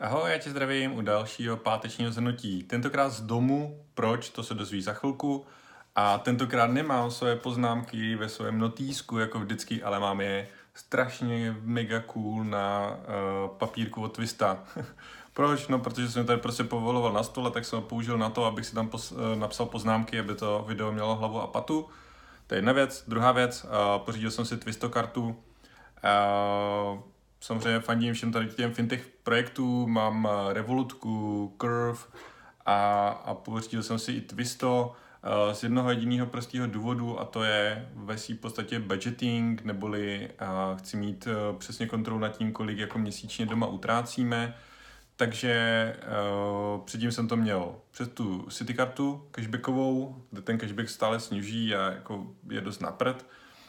Ahoj, já tě zdravím u dalšího pátečního zhrnutí. Tentokrát z domu, proč, to se dozví za chvilku. A tentokrát nemám své poznámky ve svém notýsku, jako vždycky, ale mám je strašně mega cool na papírku od Twista. Proč? No, protože jsem tady prostě povoloval na stole, tak jsem ho použil na to, abych si tam napsal poznámky, aby to video mělo hlavu a patu. To je jedna věc. Druhá věc, pořídil jsem si Twistokartu. Samozřejmě fandím všem tady těm fintech projektů, mám Revolutku, Curve a pořídil jsem si i Twisto z jednoho jediného prostého důvodu, a to je ve svým podstatě budgeting, neboli chci mít přesně kontrolu nad tím, kolik jako měsíčně doma utrácíme. Takže předtím jsem to měl přes tu Citykartu cashbackovou, kde ten cashback stále sniží a jako je dost na prd.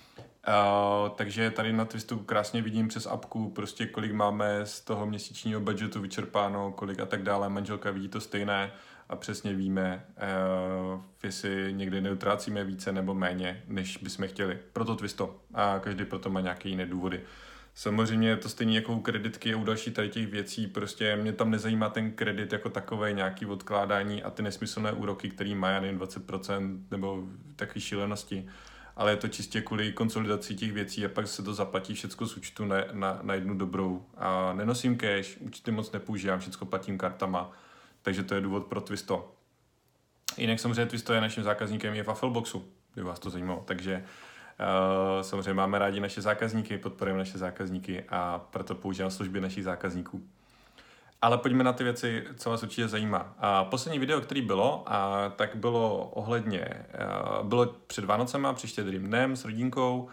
Takže tady na Twistu krásně vidím přes apku prostě kolik máme z toho měsíčního budgetu vyčerpáno, kolik a tak dále. Manželka vidí to stejné a přesně víme, jestli někdy neutrácíme více nebo méně, než bychom chtěli. Proto Twisto a každý proto má nějaké jiné důvody. Samozřejmě je to stejně jako u kreditky a u další tady těch věcí, prostě mě tam nezajímá ten kredit jako takové nějaký odkládání a ty nesmyslné úroky, který má, já nevím, 20% nebo takové šílenosti. Ale je to čistě kvůli konsolidaci těch věcí a pak se to zaplatí všechno z účtu na jednu dobrou. A nenosím cash, účty moc nepoužívám, všechno platím kartama, takže to je důvod pro Twisto. Jinak samozřejmě Twisto je naším zákazníkem i v Affleboxu, kdyby vás to zajímalo, takže samozřejmě máme rádi naše zákazníky, podporujeme naše zákazníky a proto používám služby našich zákazníků. Ale pojďme na ty věci, co vás určitě zajímá. Poslední video, který bylo, tak bylo bylo před Vánocema, před Štědrým dnem s rodinkou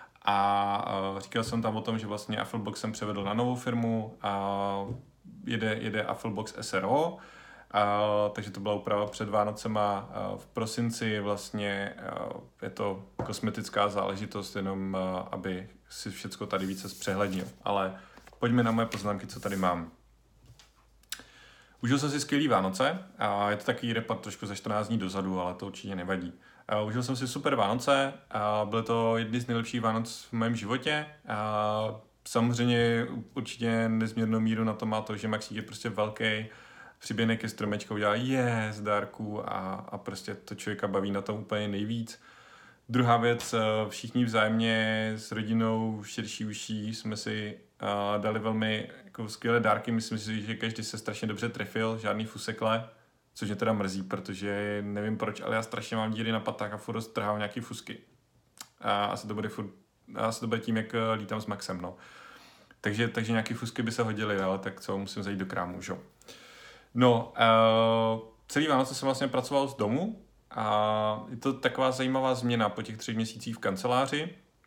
a říkal jsem tam o tom, že vlastně Afflebox jsem převedl na novou firmu a jede Afflebox SRO, takže to byla úprava před Vánocema v prosinci, vlastně je to kosmetická záležitost, jenom aby si všechno tady více zpřehlednil. Ale pojďme na moje poznámky, co tady mám. Užil jsem si skvělý Vánoce a je to takový report trošku za 14 dní dozadu, ale to určitě nevadí. Užil jsem si super Vánoce a byly to jedny z nejlepších Vánoc v mém životě. Samozřejmě určitě nezměrnou míru na to má to, že Maxík je prostě velký, přiběhne ke stromečku, udělá dárku a prostě to člověka baví na tom úplně nejvíc. Druhá věc, všichni vzájemně s rodinou širší uší jsme si dali velmi jako skvělé dárky. Myslím si, že každý se strašně dobře trefil, žádný fusekle, což mě teda mrzí, protože nevím proč, ale já strašně mám díry na patách a furt strhám nějaký fusky. A asi to bude tím, jak lítám s Maxem, no. Takže nějaký fusky by se hodily, ale tak co, musím zajít do krámu, že? No, celý Vánoce jsem vlastně pracoval z domu a je to taková zajímavá změna po těch 3 měsících v kanceláři.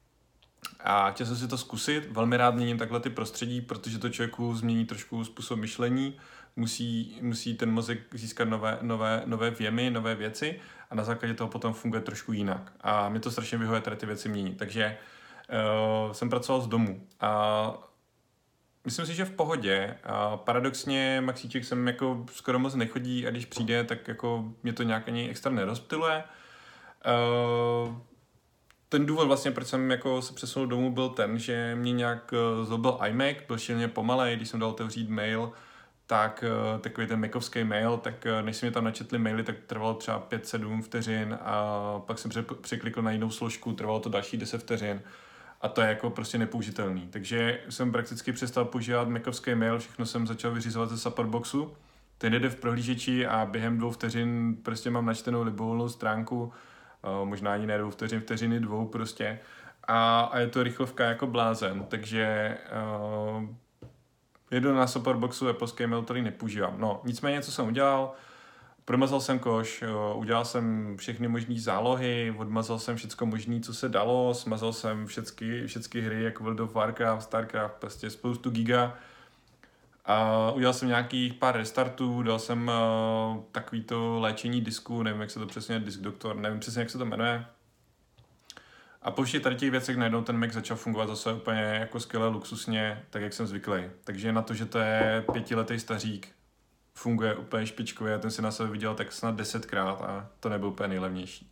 A chtěl jsem si to zkusit, velmi rád měním takhle ty prostředí, protože to člověku změní trošku způsob myšlení, musí ten mozek získat nové vjemy, nové věci a na základě toho potom funguje trošku jinak. A mě to strašně vyhovuje tady ty věci měnit. Takže jsem pracoval z domu a myslím si, že v pohodě. A paradoxně Maxíček sem jako skoro moc nechodí a když přijde, tak jako mě to nějak ani extra nerozptyluje. Ten důvod vlastně, proč jsem jako se přesunul domů, byl ten, že mě nějak zlobil iMac, byl šíleně pomalej, když jsem dal otevřít mail, tak takový ten macovský mail, tak než jsme tam načetli maily, tak trvalo třeba 5-7 vteřin a pak jsem překlikl na jinou složku, trvalo to další 10 vteřin a to je jako prostě nepoužitelný. Takže jsem prakticky přestal používat macovský mail, všechno jsem začal vyřizovat ze supportboxu, ten jede v prohlížeči a během 2 vteřin prostě mám načtenou libovolnou stránku, možná ani ne 2 vteřin, vteřiny 2 prostě. A je to rychlovka jako blázen, takže jedu na supportboxu Appleské mail, který nepoužívám. No, nicméně, co jsem udělal, promazal jsem koš, udělal jsem všechny možné zálohy, odmazal jsem všecko možné, co se dalo, smazal jsem všechny hry, jako World of Warcraft, Starcraft, prostě spoustu giga. A udělal jsem nějakých pár restartů, dal jsem takovýto léčení disku, nevím, jak se to přesně, disk doktor, nevím přesně, jak se to jmenuje. A po všech tady těch věcech najednou ten Mac začal fungovat zase úplně jako skvěle luxusně, tak jak jsem zvyklý. Takže na to, že to je 5letý stařík, funguje úplně špičkově, ten si na sebe viděl tak snad 10krát a to nebyl úplně nejlevnější.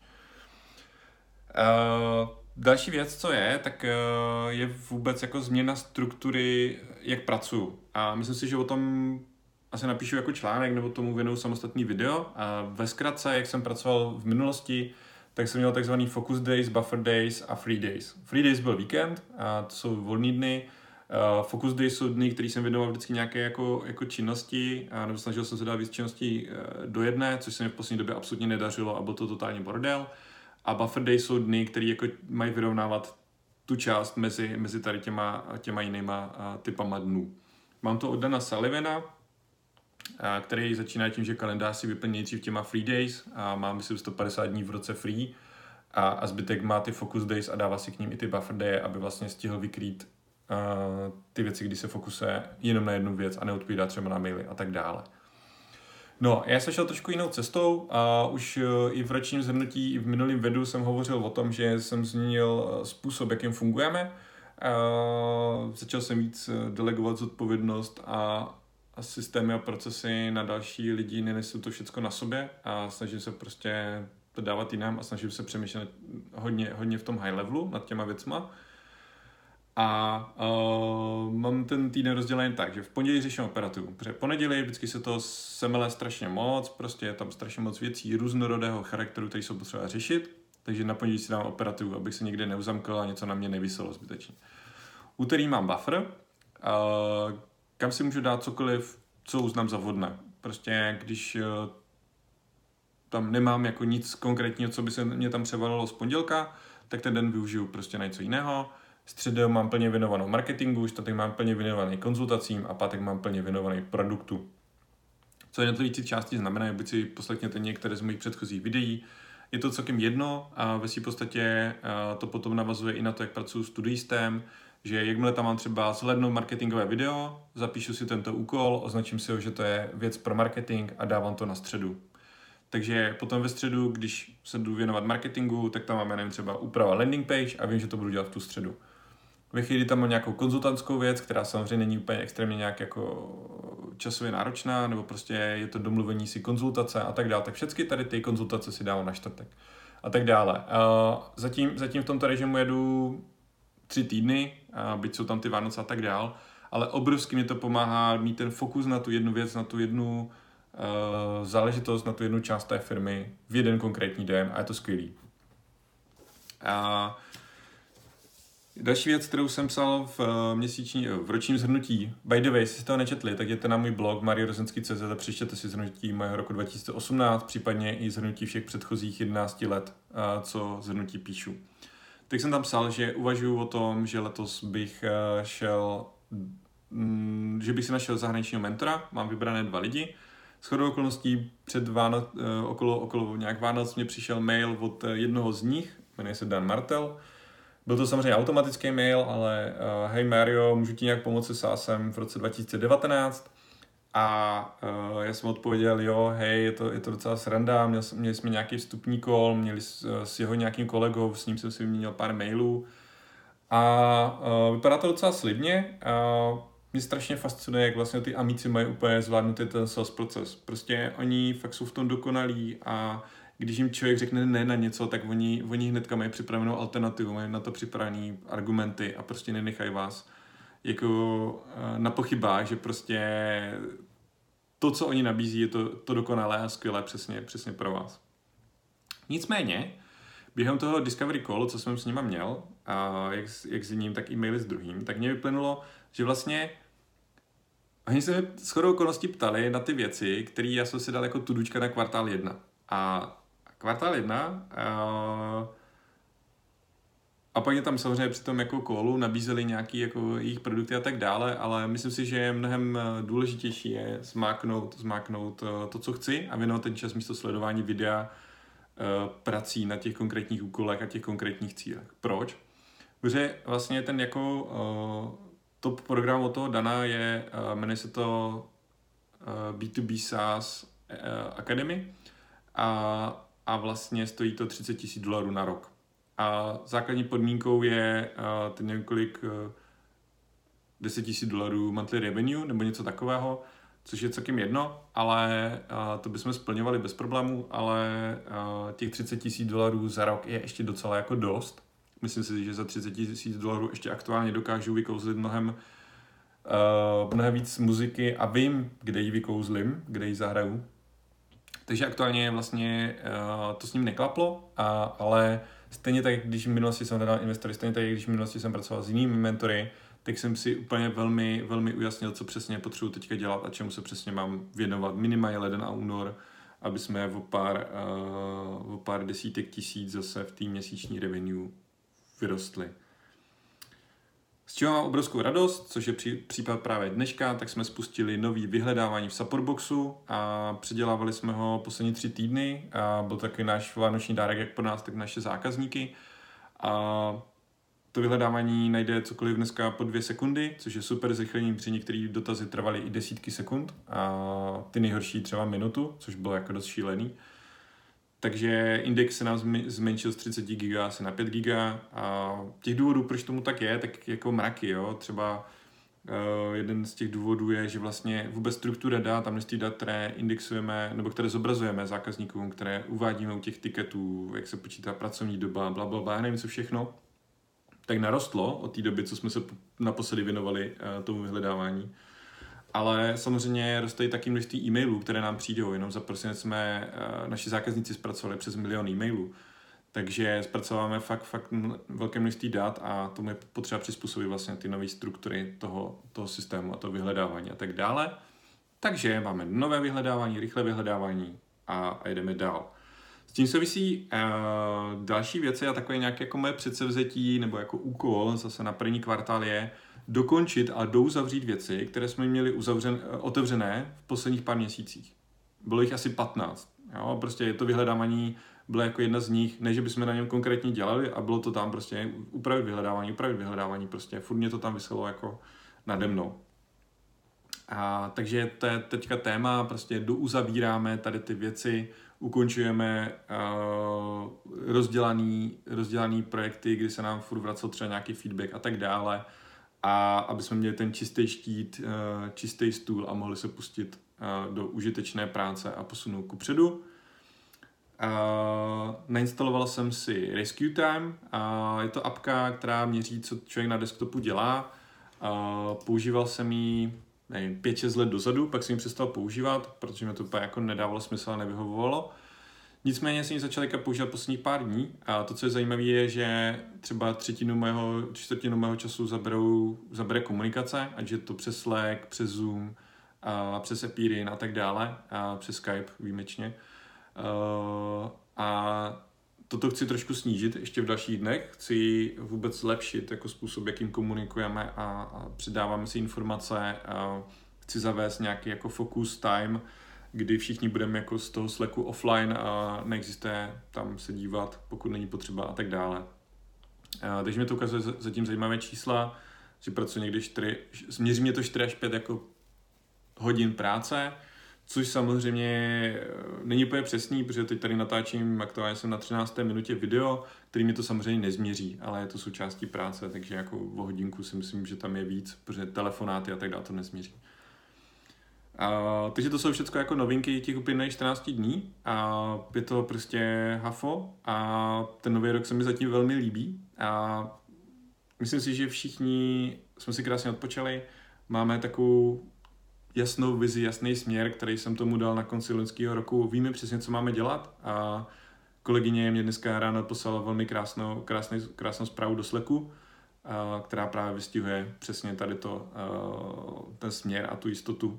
Další věc, co je, tak je vůbec jako změna struktury, jak pracuju. A myslím si, že o tom asi napíšu jako článek nebo tomu věnuju samostatný video. A ve zkratce, jak jsem pracoval v minulosti, tak jsem měl takzvaný focus days, buffer days a free days. Free days byl víkend a to jsou volné dny. Focus days jsou dny, který jsem věnoval vždycky nějaké jako činnosti, nebo snažil jsem se dát víc činností do jedné, což se mi v poslední době absolutně nedařilo a byl to totální bordel. A buffer days jsou dny, které jako mají vyrovnávat tu část mezi tady těma jinýma typama dnů. Mám to od Dana Sullivana, který začíná tím, že kalendář si vyplní nejdřív těma free days a má myslím 150 dní v roce free a zbytek má ty focus days a dává si k ním i ty buffer day, aby vlastně stihl vykrýt ty věci, kdy se fokusuje jenom na jednu věc a neodpovídá třeba na maily a tak dále. No, já jsem šel trošku jinou cestou a už i v ročním shrnutí, i v minulém videu jsem hovořil o tom, že jsem změnil způsob, jakým fungujeme. Začal jsem víc delegovat zodpovědnost a systémy a procesy na další lidi, nenesu to všechno na sobě a snažím se prostě to dávat jinam a snažím se přemýšlet hodně v tom high levelu nad těma věcma. A mám ten týden rozdělený tak, že v pondělí řeším operativu. Protože pondělí vždycky se to semele strašně moc, prostě je tam strašně moc věcí různorodého charakteru, které jsou potřeba řešit, takže na pondělí si dám operativu, abych se někde neuzamkl a něco na mě nevyselo zbytečně. Úterý mám buffer, kam si můžu dát cokoliv, co uznám za vhodné. Prostě když tam nemám jako nic konkrétního, co by se mě tam převalilo z pondělka, tak ten den využiju prostě na něco jiného. Středu mám plně věnovanou marketingu, čtvrtek mám plně věnovaný konzultacím a pátek mám plně věnovaný produktu. Co jednotlivé části znamená, buď si poslechněte některé z mojich předchozích videí. Je to celkem jedno a ve svým podstatě to potom navazuje i na to, jak pracuji s studistem, že jakmile tam mám třeba zhlédnout marketingové video, zapíšu si tento úkol, označím si ho, že to je věc pro marketing a dávám to na středu. Takže potom ve středu, když se jdu věnovat marketingu, tak tam máme třeba úprava landing page a vím, že to budu dělat v tu středu. Ve chvíli tam mám nějakou konzultantskou věc, která samozřejmě není úplně extrémně nějak jako časově náročná, nebo prostě je to domluvení si konzultace a tak dále. Tak všechny tady ty konzultace si dávám na čtvrtek a tak dále. Zatím v tomto režimu jedu 3 týdny, byť jsou tam ty Vánoce a tak dále, ale obrovsky mi to pomáhá mít ten fokus na tu jednu věc, na tu jednu záležitost, na tu jednu část té firmy v jeden konkrétní den a je to skvělý. Další věc, kterou jsem psal v ročním shrnutí, by the way, jestli jste to nečetli, tak jděte na můj blog mariorozensky.cz a přečtěte si shrnutí mého roku 2018, případně i shrnutí všech předchozích 11 let, co shrnutí píšu. Tak jsem tam psal, že uvažuji o tom, že letos bych si našel zahraničního mentora, mám vybrané 2 lidi. Shodou okolností okolo nějak Vánoc mě přišel mail od jednoho z nich, jmenuje se Dan Martel. Byl to samozřejmě automatický mail, ale hej Mario, můžu ti nějak pomoct se SaaSem v roce 2019? A já jsem odpověděl, jo, hej, je to docela sranda, měli jsme nějaký vstupní call, měli s jeho nějakým kolegou, s ním jsem si vyměnil pár mailů a vypadá to docela slibně. Mě strašně fascinuje, jak vlastně ty amici mají úplně zvládnutý ten sales proces. Prostě oni fakt jsou v tom dokonalí a když jim člověk řekne ne na něco, tak oni hnedka mají připravenou alternativu, mají na to připravené argumenty a prostě nenechají vás jako na pochybách, že prostě to, co oni nabízí, je to dokonalé a skvělé přesně pro vás. Nicméně, během toho Discovery Callu, co jsem s nima měl, jak s jedním, tak e-maily s druhým, tak mě vyplynulo, že vlastně oni se shodou okolností ptali na ty věci, které já jsem si dal jako tudučka na kvartál 1. A kvartál 1 a pak mě tam samozřejmě při tom jako callu nabízeli nějaký jako jejich produkty a tak dále, ale myslím si, že je mnohem důležitější je zmáknout to, co chci a věnovat ten čas místo sledování videa prací na těch konkrétních úkolech a těch konkrétních cílech. Proč? Protože vlastně ten jako top program od toho Dana jmenuje se to B2B SaaS Academy a vlastně stojí to $30,000 na rok. A základní podmínkou je ten několik $10,000 monthly revenue nebo něco takového, což je celkem jedno, ale to bychom splňovali bez problémů, ale těch $30,000 za rok je ještě docela jako dost. Myslím si, že za $30,000 ještě aktuálně dokážu vykouzlit mnohem mnohem víc muziky a vím, kde ji vykouzlím, kde ji zahraju. Takže aktuálně vlastně to s ním neklaplo, ale stejně tak, když v minulosti jsem hledal investory, stejně tak, když v minulosti jsem pracoval s jinými mentory, tak jsem si úplně velmi, velmi ujasnil, co přesně potřebuji teďka dělat a čemu se přesně mám věnovat minimálně leden a únor, aby jsme o pár desítek tisíc zase v té měsíční revenue vyrostli. Z čeho mám obrovskou radost, což je případ právě dneška, tak jsme spustili nový vyhledávání v Supportboxu a předělávali jsme ho poslední 3 týdny a byl takový náš vánoční dárek jak pro nás, tak naše zákazníky. A to vyhledávání najde cokoliv dneska po 2 sekundy, což je super zrychlení, protože některé dotazy trvaly i desítky sekund a ty nejhorší třeba minutu, což bylo jako dost šílený. Takže index se nám zmenšil z 30 GB asi na 5 GB a těch důvodů, proč tomu tak je, tak jako mraky, jo. Třeba jeden z těch důvodů je, že vlastně vůbec struktura dat, tam množství dat, které indexujeme, nebo které zobrazujeme zákazníkům, které uvádíme u těch tiketů, jak se počítá pracovní doba, blablabla, já nevím co všechno, tak narostlo od té doby, co jsme se naposledy věnovali tomu vyhledávání. Ale samozřejmě roste i taky množství e-mailů, které nám přijdou. Jenom za prosinec jsme naši zákazníci zpracovali přes 1 milion e-mailů. Takže zpracováváme fakt velké množství dat a tomu je potřeba přizpůsobit vlastně ty nové struktury toho systému a toho vyhledávání a tak dále. Takže máme nové vyhledávání, rychlé vyhledávání a jdeme dál. S tím souvisí další věci a takové nějaké jako moje předsevzetí nebo jako úkol zase na první kvartál je dokončit a douzavřít věci, které jsme měli otevřené v posledních pár měsících. Bylo jich asi 15. Jo? Prostě je to vyhledávání, bylo jako jedna z nich, ne, že bychom na něm konkrétně dělali a bylo to tam prostě upravit vyhledávání, prostě furt mě to tam vyselo jako nade mnou. Takže to je teďka téma, prostě douzavíráme tady ty věci, ukončujeme rozdělaný projekty, kdy se nám furt vracel třeba nějaký feedback a tak dále, a aby jsme měli ten čistý štít, čistý stůl a mohli se pustit do užitečné práce a posunout kupředu. Nainstaloval jsem si Rescue Time, je to apka, která měří, co člověk na desktopu dělá. Používal jsem ji 5-6 let dozadu, pak jsem ji přestal používat, protože mi to jako nedávalo smysl a nevyhovovalo. Nicméně jsem ji začal používat posledních pár dní a to, co je zajímavé, je, že třeba čtvrtinu mého času zabere komunikace, ať je to přes Slack, přes Zoom, přes Epirin a tak dále, a přes Skype výjimečně. A toto chci trošku snížit ještě v dalších dnech, chci vůbec zlepšit jako způsob, jakým komunikujeme a předáváme si informace, chci zavést nějaký jako focus time, kdy všichni budeme jako z toho Slacku offline a neexistuje tam se dívat, pokud není potřeba a tak dále. Takže mi to ukazuje zatím zajímavé čísla, že pracuji někdy změří mě to 4 až 5 jako hodin práce, což samozřejmě není úplně přesný, protože teď tady natáčím, aktuálně jsem na 13. minutě video, který mi to samozřejmě nezměří, ale je to součástí práce, takže jako o hodinku si myslím, že tam je víc, protože telefonáty a tak dále to nezměří. Takže to jsou všechno jako novinky těch uplynulých 14 dní a je to prostě hafo a ten nový rok se mi zatím velmi líbí a myslím si, že všichni jsme si krásně odpočali, máme takovou jasnou vizi, jasný směr, který jsem tomu dal na konci loňského roku, víme přesně, co máme dělat a kolegyně mě dneska ráno poslala velmi krásnou zprávu do Slacku, která právě vystihuje přesně tady ten směr a tu jistotu.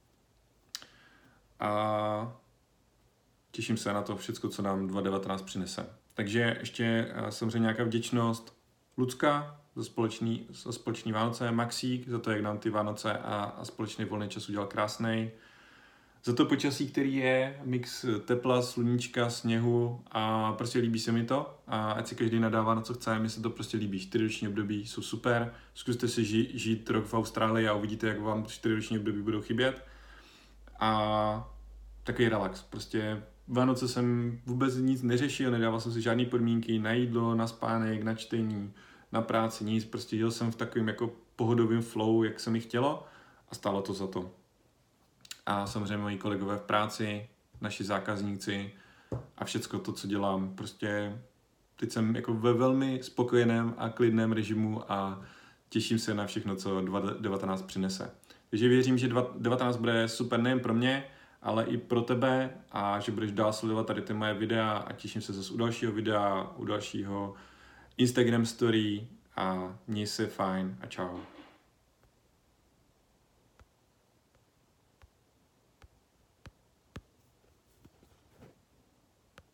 A těším se na to všechno, co nám 2019 přinese. Takže ještě samozřejmě nějaká vděčnost Lucka za společný Vánoce, Maxík za to, jak nám ty Vánoce a společný volný čas udělal krásnej. Za to počasí, který je mix tepla, sluníčka, sněhu a prostě líbí se mi to. A ať si každý nadává na co chce, mně se to prostě líbí. 4roční období jsou super. Zkuste si žít rok v Austrálii a uvidíte, jak vám 4roční období budou chybět. A takový relax. Prostě Vánoce jsem vůbec nic neřešil, nedával jsem si žádný podmínky na jídlo, na spánek, na čtení, na práci, nic. Prostě jel jsem v takovém jako pohodovém flow, jak se mi chtělo a stálo to za to. A samozřejmě moji kolegové v práci, naši zákazníci a všecko to, co dělám. Prostě teď jsem jako ve velmi spokojeném a klidném režimu a těším se na všechno, co 2019 přinese. Takže věřím, že 2019 bude super nejen pro mě, ale i pro tebe a že budeš dál sledovat tady ty moje videa a těším se zase u dalšího videa, u dalšího Instagram story a měj se fajn a čau.